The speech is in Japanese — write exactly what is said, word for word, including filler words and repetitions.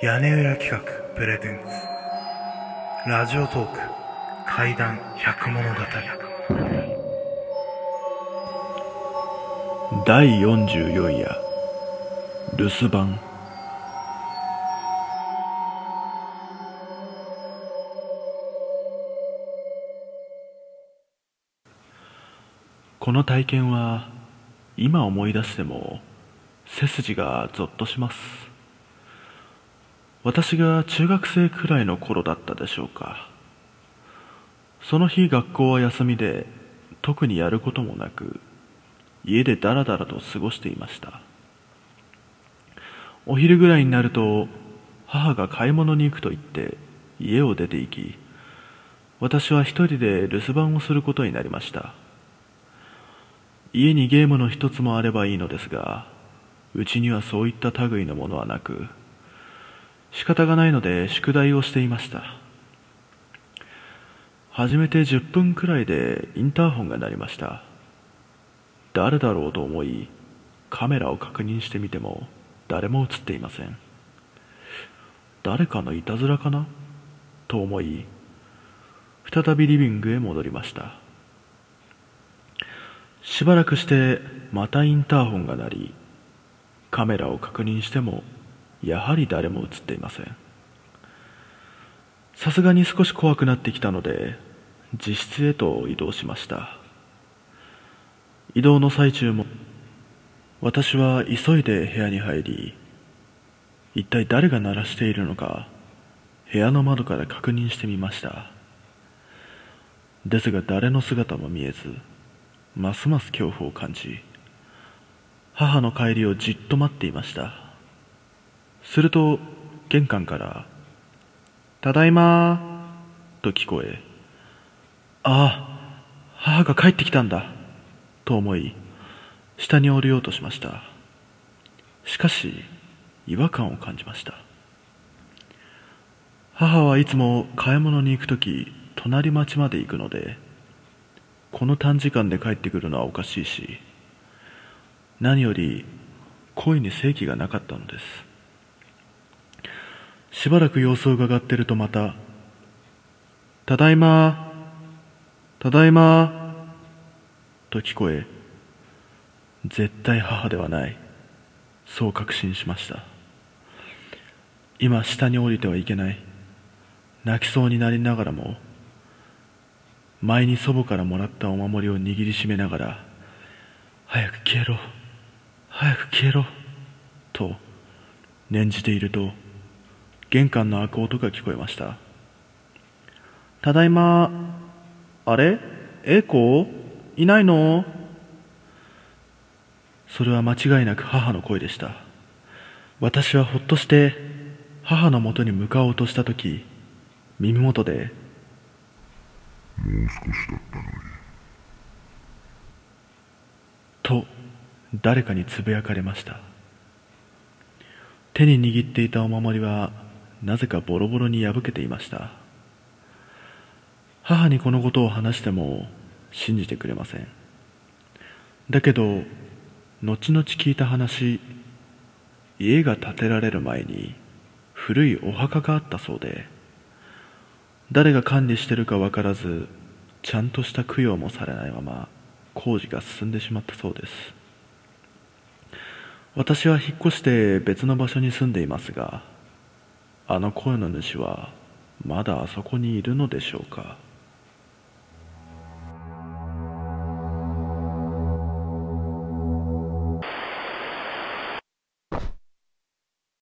屋根裏企画プレゼンツラジオトーク怪談百物語だいよんじゅうよん夜留守番。この体験は今思い出しても背筋がゾッとします。私が中学生くらいの頃だったでしょうか。その日学校は休みで特にやることもなく家でダラダラと過ごしていました。お昼ぐらいになると母が買い物に行くと言って家を出て行き、私は一人で留守番をすることになりました。家にゲームの一つもあればいいのですが、うちにはそういった類のものはなく、仕方がないので宿題をしていました。初めてじゅっぷんくらいでインターホンが鳴りました。誰だろうと思い、カメラを確認してみても誰も映っていません。誰かのいたずらかなと思い、再びリビングへ戻りました。しばらくしてまたインターホンが鳴り、カメラを確認してもやはり誰も映っていません。さすがに少し怖くなってきたので自室へと移動しました。移動の最中も私は急いで部屋に入り、一体誰が鳴らしているのか部屋の窓から確認してみました。ですが誰の姿も見えず、ますます恐怖を感じ、母の帰りをじっと待っていました。すると玄関から「ただいま」と聞こえ、ああ、母が帰ってきたんだと思い下に降りようとしました。しかし違和感を感じました。母はいつも買い物に行くとき隣町まで行くので、この短時間で帰ってくるのはおかしいし、何より声に正気がなかったのです。しばらく様子を伺っているとまた「ただいまただいま」と聞こえ、絶対母ではない、そう確信しました。今下に降りてはいけない。泣きそうになりながらも前に祖母からもらったお守りを握りしめながら「早く消えろ早く消えろ」と念じていると、玄関の開く音が聞こえました。ただいま。あれ、栄子いないの？それは間違いなく母の声でした。私はほっとして母のもとに向かおうとしたとき、耳元で 「もう少しだったのに」 と誰かにつぶやかれました。手に握っていたお守りはなぜかボロボロに破けていました。母にこのことを話しても信じてくれません。だけど後々聞いた話、家が建てられる前に古いお墓があったそうで、誰が管理してるか分からずちゃんとした供養もされないまま工事が進んでしまったそうです。私は引っ越して別の場所に住んでいますが、あの声の主はまだあそこにいるのでしょうか。